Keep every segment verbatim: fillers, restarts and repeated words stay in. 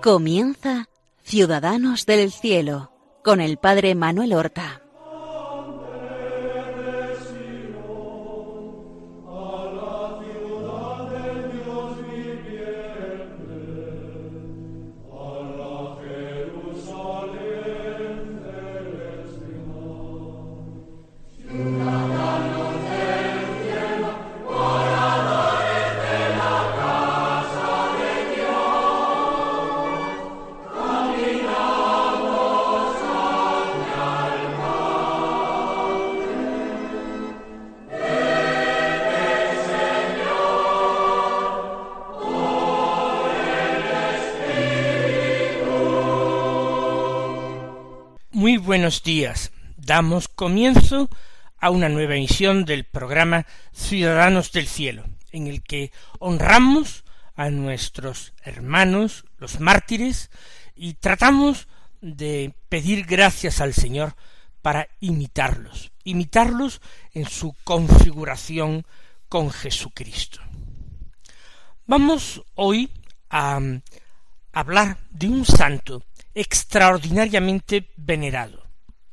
Comienza Ciudadanos del Cielo con el Padre Manuel Horta. Muy buenos días. Damos comienzo a una nueva emisión del programa Ciudadanos del Cielo, en el que honramos a nuestros hermanos, los mártires, y tratamos de pedir gracias al Señor para imitarlos, imitarlos en su configuración con Jesucristo. Vamos hoy a hablar de un santo extraordinariamente venerado.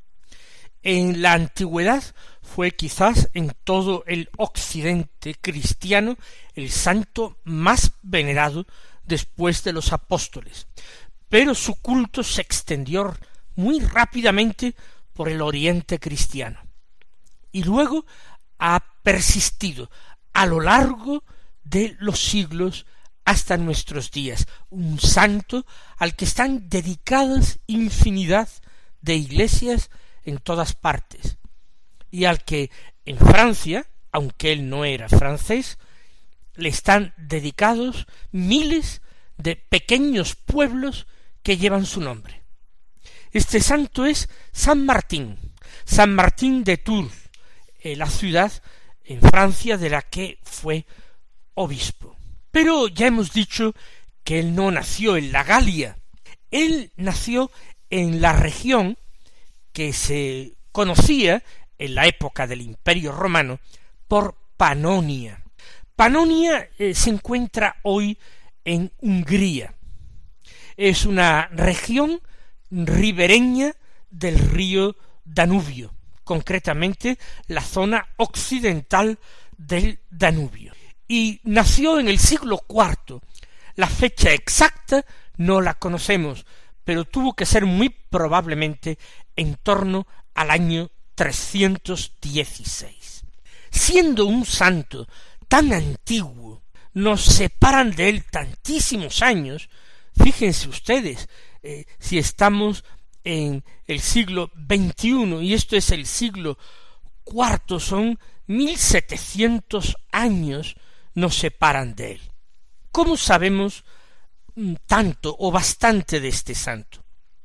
En la antigüedad fue quizás en todo el occidente cristiano el santo más venerado después de los apóstoles, pero su culto se extendió muy rápidamente por el oriente cristiano y luego ha persistido a lo largo de los siglos hasta nuestros días, un santo al que están dedicadas infinidad de iglesias en todas partes, y al que en Francia, aunque él no era francés, le están dedicados miles de pequeños pueblos que llevan su nombre. Este santo es San Martín, San Martín de Tours, eh, la ciudad en Francia de la que fue obispo. Pero ya hemos dicho que él no nació en la Galia, él nació en la región que se conocía en la época del Imperio Romano por Panonia. Panonia eh, se encuentra hoy en Hungría. Es una región ribereña del río Danubio, concretamente la zona occidental del Danubio. Y nació en el siglo cuarto. La fecha exacta no la conocemos, pero tuvo que ser muy probablemente en torno al año trescientos dieciséis. Siendo un santo tan antiguo, nos separan de él tantísimos años. Fíjense ustedes, eh, si estamos en el siglo veintiuno y esto es el siglo cuarto, son mil setecientos años nos separan de él. ¿Cómo sabemos tanto o bastante de este santo?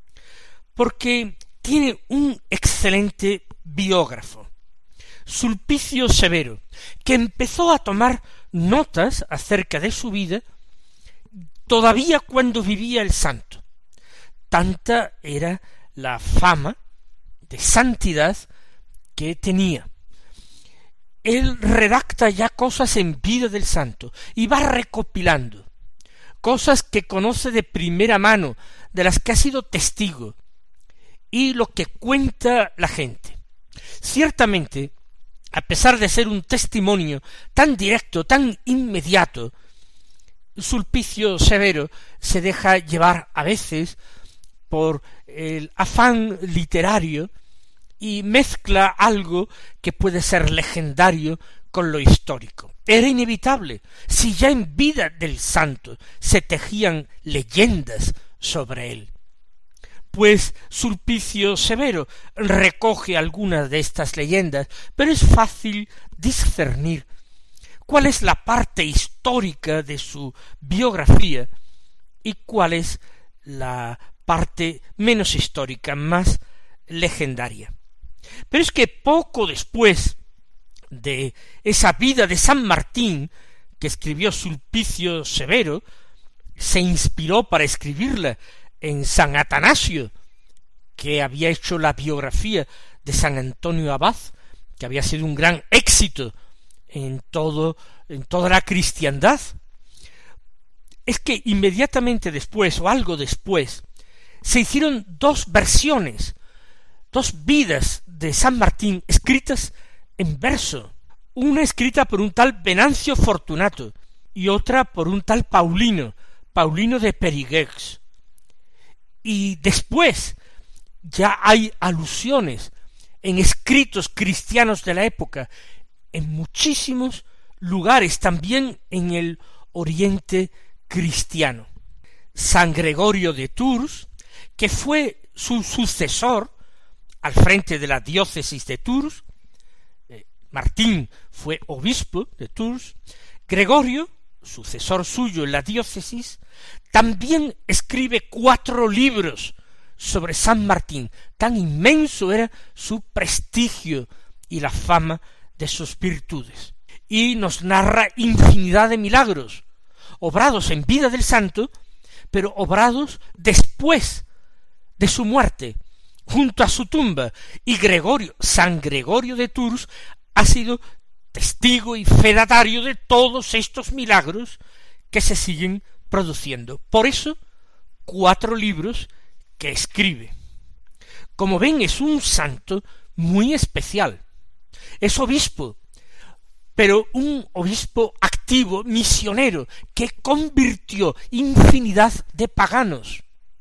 Porque tiene un excelente biógrafo, Sulpicio Severo, que empezó a tomar notas acerca de su vida todavía cuando vivía el santo. Tanta era la fama de santidad que tenía. Él redacta ya cosas en vida del santo y va recopilando cosas que conoce de primera mano, de las que ha sido testigo, y lo que cuenta la gente. Ciertamente, a pesar de ser un testimonio tan directo, tan inmediato, Sulpicio Severo se deja llevar a veces por el afán literario y mezcla algo que puede ser legendario con lo histórico. Era inevitable, si ya en vida del santo se tejían leyendas sobre él. Pues Sulpicio Severo recoge algunas de estas leyendas, pero es fácil discernir cuál es la parte histórica de su biografía y cuál es la parte menos histórica, más legendaria. Pero es que poco después de esa vida de San Martín que escribió Sulpicio Severo, se inspiró para escribirla en San Atanasio, que había hecho la biografía de San Antonio Abad, que había sido un gran éxito en todo, en toda la cristiandad. es que inmediatamente después, o algo después, se hicieron dos versiones, dos vidas de San Martín escritas en verso, una escrita por un tal Venancio Fortunato y otra por un tal Paulino, Paulino de Périgueux. Y después ya hay alusiones en escritos cristianos de la época, en muchísimos lugares, también en el Oriente cristiano. San Gregorio de Tours, que fue su sucesor al frente de la diócesis de Tours, eh, Martín fue obispo de Tours, Gregorio, sucesor suyo en la diócesis, también escribe cuatro libros sobre San Martín. Tan inmenso era su prestigio y la fama de sus virtudes. Y nos narra infinidad de milagros, obrados en vida del santo, pero obrados después de su muerte, junto a su tumba. Y Gregorio, San Gregorio de Tours, ha sido testigo y fedatario de todos estos milagros que se siguen produciendo. Por eso, cuatro libros que escribe. Como ven, es un santo muy especial. Es obispo, pero un obispo activo, misionero, que convirtió infinidad de paganos.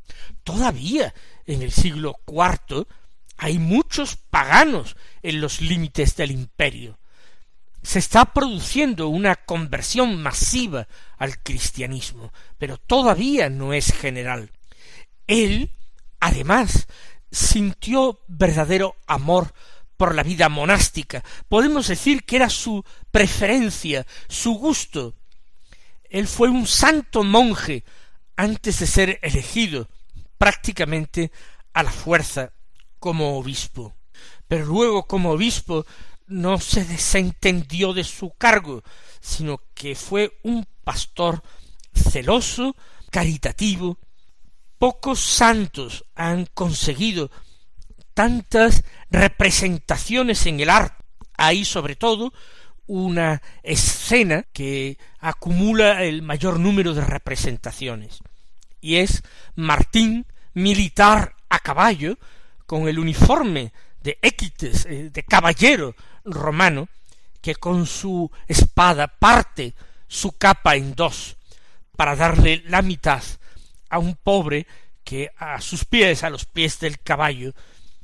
Todavía en el siglo cuarto hay muchos paganos en los límites del imperio. Se está produciendo una conversión masiva al cristianismo, pero todavía no es general. Él, además, sintió verdadero amor por la vida monástica. Podemos decir que era su preferencia, su gusto. Él fue un santo monje antes de ser elegido prácticamente a la fuerza como obispo. Pero luego, como obispo, no se desentendió de su cargo, sino que fue un pastor celoso, caritativo. Pocos santos han conseguido tantas representaciones en el arte. Hay sobre todo una escena que acumula el mayor número de representaciones, y es Martín militar a caballo, con el uniforme de equites, de caballero romano, que con su espada parte su capa en dos, para darle la mitad a un pobre que a sus pies, a los pies del caballo,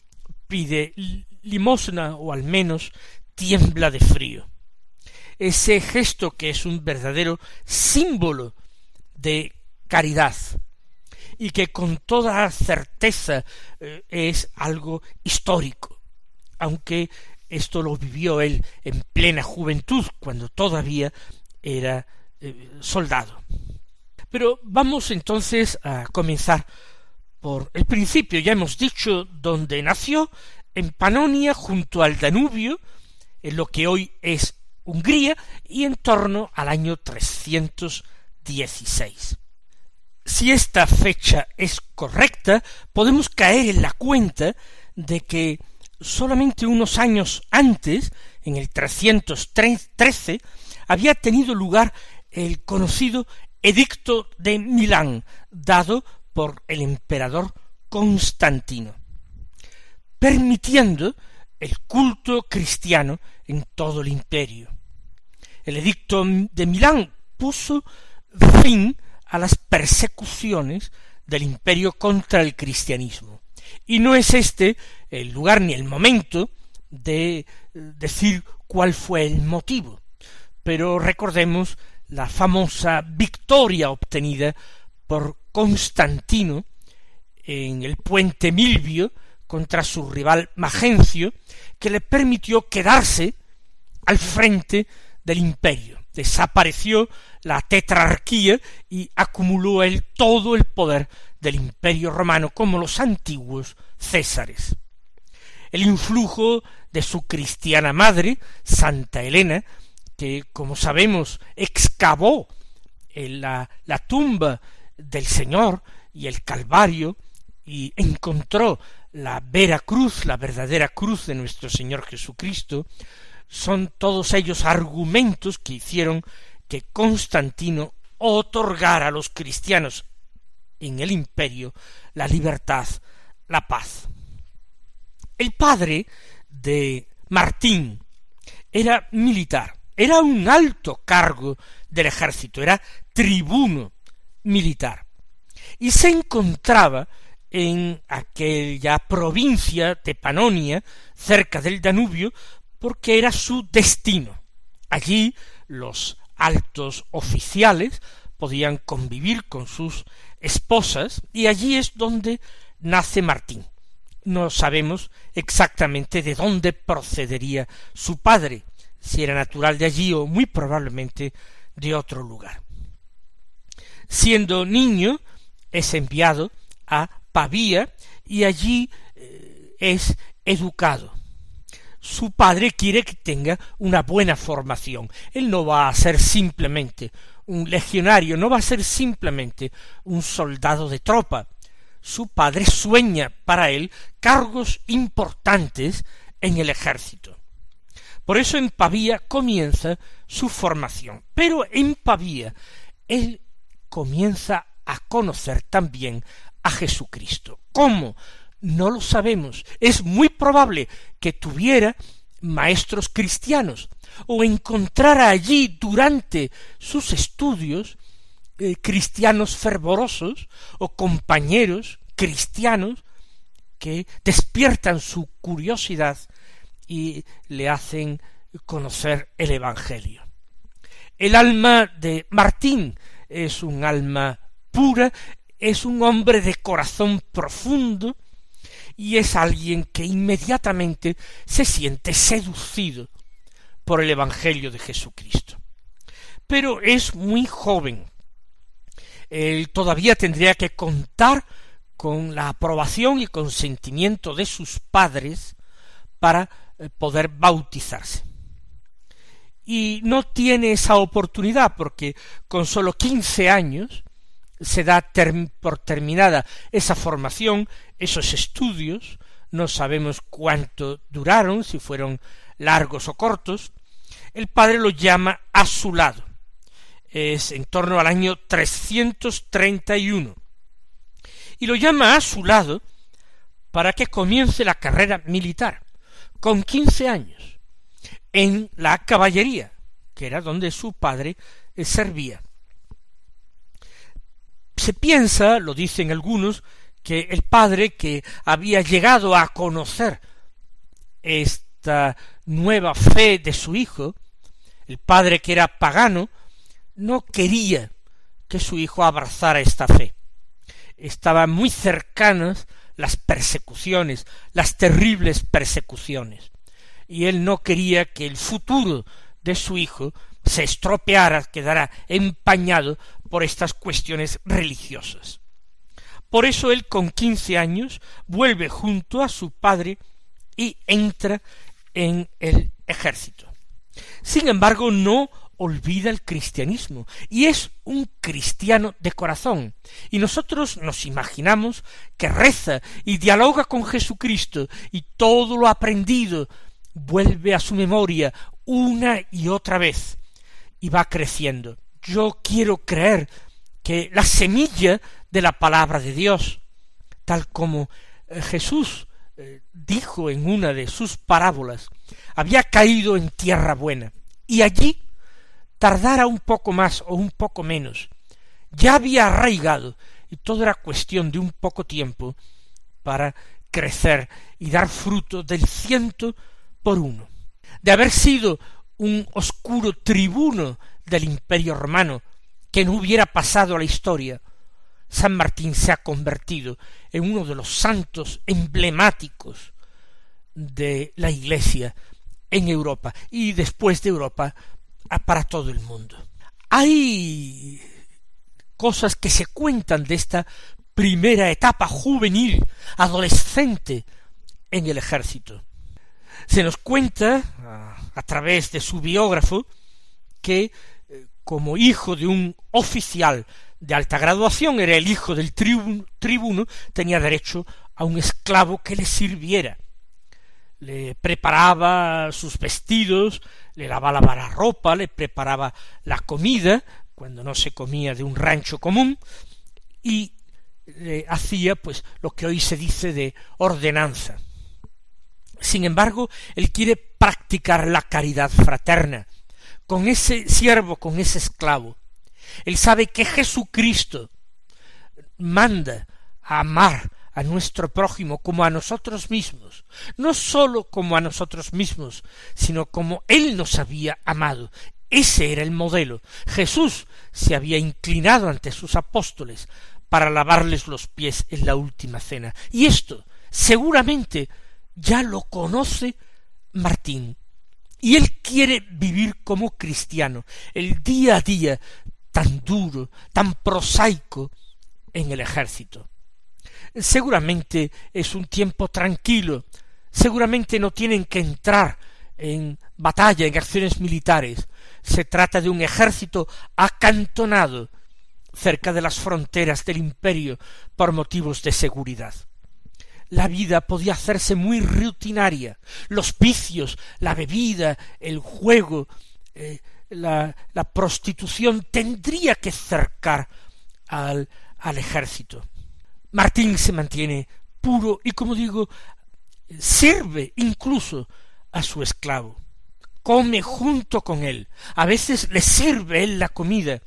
pide limosna, o al menos tiembla de frío. Ese gesto, que es un verdadero símbolo de caridad, y que con toda certeza eh, es algo histórico, aunque esto lo vivió él en plena juventud, cuando todavía era eh, soldado. Pero vamos entonces a comenzar por el principio. Ya hemos dicho dónde nació, en Panonia, junto al Danubio, en lo que hoy es Hungría, y en torno al año trescientos dieciséis. Si esta fecha es correcta, podemos caer en la cuenta de que solamente unos años antes, en el trescientos trece, había tenido lugar el conocido Edicto de Milán, dado por el emperador Constantino, permitiendo el culto cristiano en todo el imperio. El Edicto de Milán puso fin a las persecuciones del imperio contra el cristianismo, y no es este el lugar ni el momento de decir cuál fue el motivo, pero recordemos la famosa victoria obtenida por Constantino en el puente Milvio contra su rival Magencio, que le permitió quedarse al frente del imperio. Desapareció la tetrarquía y acumuló él todo el poder del imperio romano, como los antiguos césares. El influjo de su cristiana madre, Santa Elena, que, como sabemos, excavó en la, la tumba del Señor y el Calvario, y encontró la vera cruz, la verdadera cruz de nuestro Señor Jesucristo, son todos ellos argumentos que hicieron que Constantino otorgar a los cristianos en el imperio la libertad, la paz. El padre de Martín era militar, era un alto cargo del ejército, era tribuno militar, y se encontraba en aquella provincia de Panonia, cerca del Danubio, porque era su destino. Allí los altos oficiales podían convivir con sus esposas, y allí es donde nace Martín. No sabemos exactamente de dónde procedería su padre, si era natural de allí o muy probablemente de otro lugar. Siendo niño, es enviado a Pavía y allí eh, es educado. Su padre quiere que tenga una buena formación. Él no va a ser simplemente un legionario, no va a ser simplemente un soldado de tropa. Su padre sueña para él cargos importantes en el ejército. Por eso en Pavía comienza su formación. Pero en Pavía él comienza a conocer también a Jesucristo. ¿Cómo? No lo sabemos. Es muy probable que tuviera maestros cristianos o encontrara allí durante sus estudios eh, cristianos fervorosos o compañeros cristianos que despiertan su curiosidad y le hacen conocer el Evangelio. El alma de Martín es un alma pura, es un hombre de corazón profundo y es alguien que inmediatamente se siente seducido por el Evangelio de Jesucristo. Pero es muy joven. Él todavía tendría que contar con la aprobación y consentimiento de sus padres para poder bautizarse. Y no tiene esa oportunidad porque con sólo quince años se da term- por terminada esa formación, esos estudios, no sabemos cuánto duraron, si fueron largos o cortos. El padre lo llama a su lado. Es en torno al año trescientos treinta y uno. Y lo llama a su lado para que comience la carrera militar, con quince años, en la caballería, que era donde su padre eh, servía. Se piensa, lo dicen algunos, que el padre, que había llegado a conocer esta nueva fe de su hijo, el padre que era pagano, no quería que su hijo abrazara esta fe. Estaban muy cercanas las persecuciones, las terribles persecuciones, y él no quería que el futuro de su hijo se estropeara, quedara empañado por estas cuestiones religiosas. Por eso él con quince años vuelve junto a su padre y entra en el ejército. Sin embargo, no olvida el cristianismo y es un cristiano de corazón. Y nosotros nos imaginamos que reza y dialoga con Jesucristo y todo lo aprendido vuelve a su memoria una y otra vez y va creciendo. Yo quiero creer que la semilla de la palabra de Dios, tal como Jesús dijo en una de sus parábolas, había caído en tierra buena, y allí tardara un poco más o un poco menos, ya había arraigado, y todo era cuestión de un poco tiempo para crecer y dar fruto del ciento por uno. De haber sido un oscuro tribuno del Imperio Romano que no hubiera pasado a la historia, San Martín se ha convertido en uno de los santos emblemáticos de la Iglesia en Europa y después de Europa para todo el mundo. Hay cosas que se cuentan de esta primera etapa juvenil, adolescente en el ejército. Se nos cuenta a, a través de su biógrafo que eh, como hijo de un oficial de alta graduación, era el hijo del tribuno, tribuno, tenía derecho a un esclavo que le sirviera. Le preparaba sus vestidos, le lavaba la ropa, le preparaba la comida cuando no se comía de un rancho común, y eh, hacía pues lo que hoy se dice de ordenanza. Sin embargo, él quiere practicar la caridad fraterna con ese siervo, con ese esclavo. Él sabe que Jesucristo manda a amar a nuestro prójimo como a nosotros mismos, no sólo como a nosotros mismos, sino como Él nos había amado. Ese era el modelo. Jesús se había inclinado ante sus apóstoles para lavarles los pies en la última cena. Y esto seguramente ya lo conoce Martín. Y él quiere vivir como cristiano, el día a día tan duro, tan prosaico en el ejército. Seguramente es un tiempo tranquilo, seguramente no tienen que entrar en batalla, en acciones militares. Se trata de un ejército acantonado cerca de las fronteras del imperio por motivos de seguridad. La vida podía hacerse muy rutinaria, los vicios, la bebida, el juego, eh, la, la prostitución tendría que cercar al, al ejército. Martín se mantiene puro y, como digo, sirve incluso a su esclavo, come junto con él, a veces le sirve él la comida,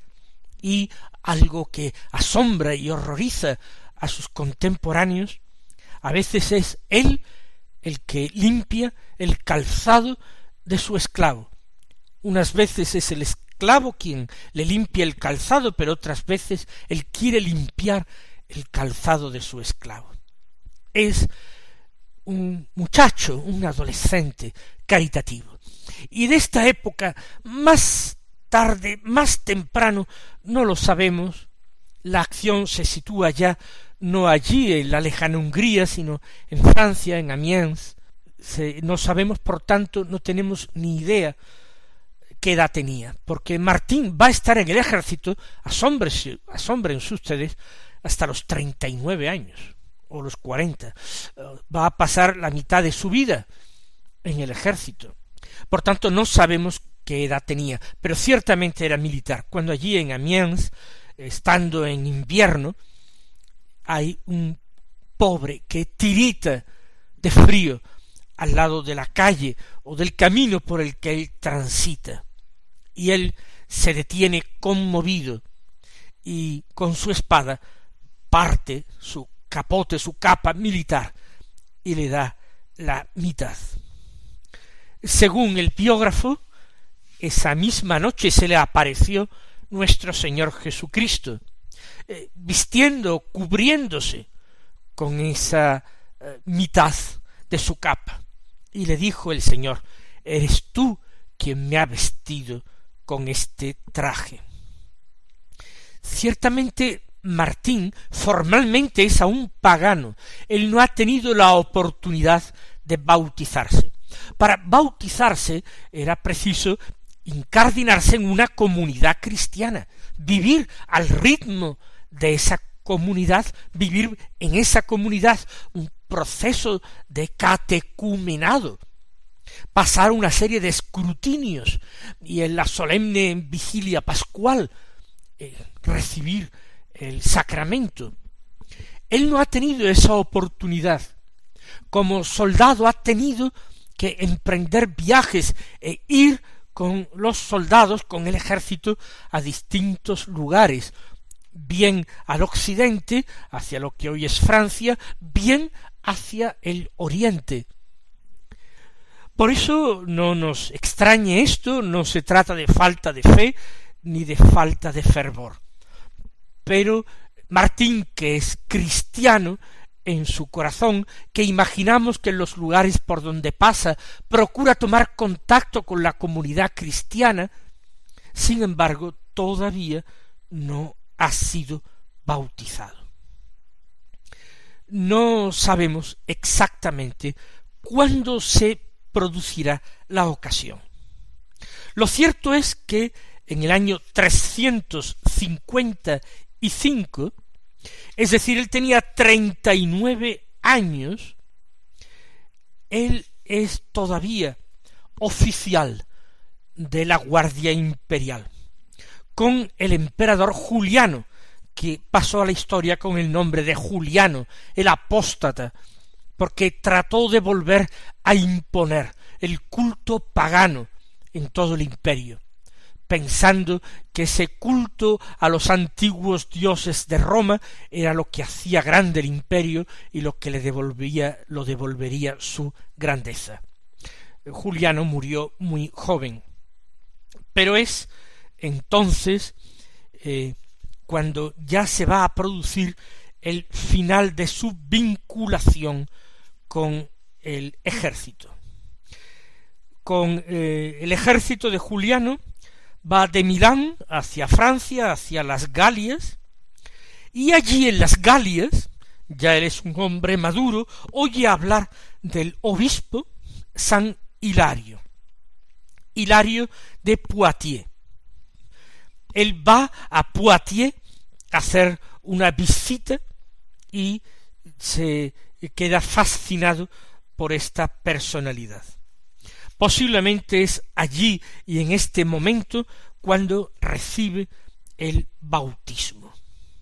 y algo que asombra y horroriza a sus contemporáneos, a veces es él el que limpia el calzado de su esclavo. Unas veces es el esclavo quien le limpia el calzado, pero otras veces él quiere limpiar el calzado de su esclavo. Es un muchacho, un adolescente caritativo. Y de esta época, más tarde, más temprano, no lo sabemos, la acción se sitúa ya no allí en la lejana Hungría, sino en Francia, en Amiens. Se, no sabemos, por tanto, no tenemos ni idea qué edad tenía, porque Martín va a estar en el ejército, asómbrense, asómbrense ustedes, hasta los treinta y nueve años, o los cuarenta. Va a pasar la mitad de su vida en el ejército. Por tanto, no sabemos qué edad tenía, pero ciertamente era militar. Cuando allí en Amiens, estando en invierno, hay un pobre que tirita de frío al lado de la calle o del camino por el que él transita, y él se detiene conmovido y con su espada parte su capote, su capa militar, y le da la mitad. Según el biógrafo, esa misma noche se le apareció nuestro Señor Jesucristo, eh, vistiendo, cubriéndose con esa eh, mitad de su capa, y le dijo el Señor: eres tú quien me ha vestido con este traje. Ciertamente Martín formalmente es aún pagano, él no ha tenido la oportunidad de bautizarse. Para bautizarse era preciso incardinarse en una comunidad cristiana, vivir al ritmo de esa comunidad, vivir en esa comunidad un proceso de catecumenado, pasar una serie de escrutinios y en la solemne vigilia pascual eh, recibir el sacramento. Él no ha tenido esa oportunidad. Como soldado ha tenido que emprender viajes e ir con los soldados, con el ejército, a distintos lugares, bien al occidente, hacia lo que hoy es Francia, bien hacia el oriente. Por eso no nos extrañe esto, no se trata de falta de fe ni de falta de fervor. Pero Martín, que es cristiano en su corazón, que imaginamos que en los lugares por donde pasa procura tomar contacto con la comunidad cristiana, sin embargo todavía no ha sido bautizado. No sabemos exactamente cuándo se producirá la ocasión. Lo cierto es que en el año trescientos cincuenta y cinco, es decir, él tenía treinta y nueve años, él es todavía oficial de la Guardia Imperial. con el emperador Juliano, que pasó a la historia con el nombre de Juliano, el apóstata, porque trató de volver a imponer el culto pagano en todo el imperio, pensando que ese culto a los antiguos dioses de Roma era lo que hacía grande el imperio y lo que le devolvía, lo devolvería su grandeza. Juliano murió muy joven, pero es entonces eh, cuando ya se va a producir el final de su vinculación con el ejército. Con eh, el ejército de Juliano va de Milán hacia Francia, hacia las Galias, y allí en las Galias, ya él es un hombre maduro, oye hablar del obispo San Hilario, Hilario de Poitiers. Él va a Poitiers a hacer una visita y se queda fascinado por esta personalidad. Posiblemente es allí y en este momento cuando recibe el bautismo.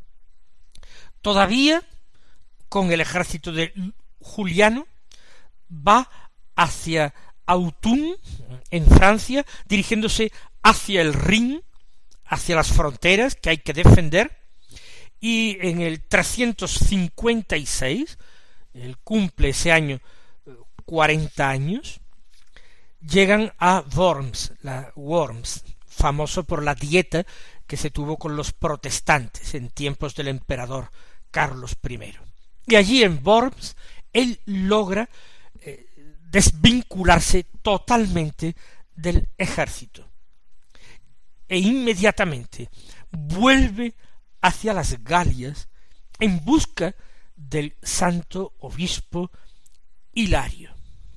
Todavía con el ejército de Juliano va hacia Autun, en Francia, dirigiéndose hacia el Rin, hacia las fronteras que hay que defender, y en el trescientos cincuenta y seis, él cumple ese año cuarenta años, llegan a Worms, la Worms, famoso por la dieta que se tuvo con los protestantes en tiempos del emperador Carlos primero. Y allí en Worms él logra eh, desvincularse totalmente del ejército e inmediatamente vuelve hacia las Galias en busca del santo obispo Hilario.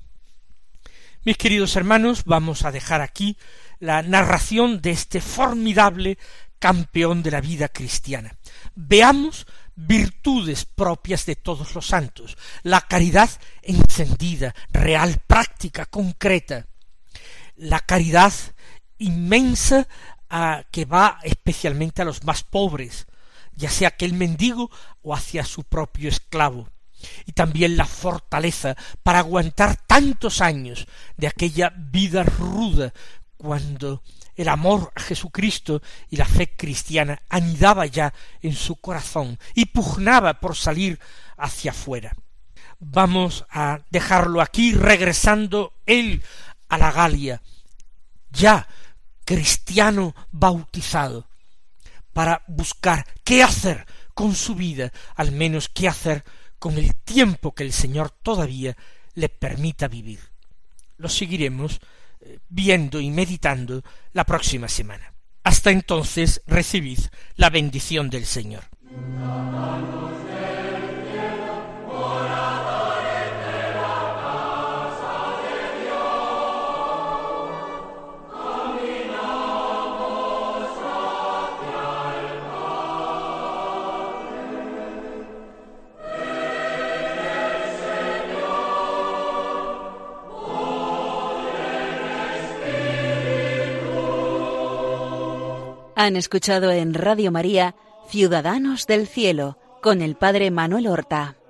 Mis queridos hermanos, vamos a dejar aquí la narración de este formidable campeón de la vida cristiana. Veamos virtudes propias de todos los santos, la caridad encendida, real, práctica, concreta, la caridad inmensa a, que va especialmente a los más pobres, ya sea aquel mendigo o hacia su propio esclavo, y también la fortaleza para aguantar tantos años de aquella vida ruda cuando el amor a Jesucristo y la fe cristiana anidaba ya en su corazón y pugnaba por salir hacia afuera. Vamos a dejarlo aquí, regresando él a la Galia, ya cristiano bautizado, para buscar qué hacer con su vida, al menos qué hacer con el tiempo que el Señor todavía le permita vivir. Lo seguiremos viendo y meditando la próxima semana. Hasta entonces, recibid la bendición del Señor. Han escuchado en Radio María Ciudadanos del Cielo con el Padre Manuel Horta.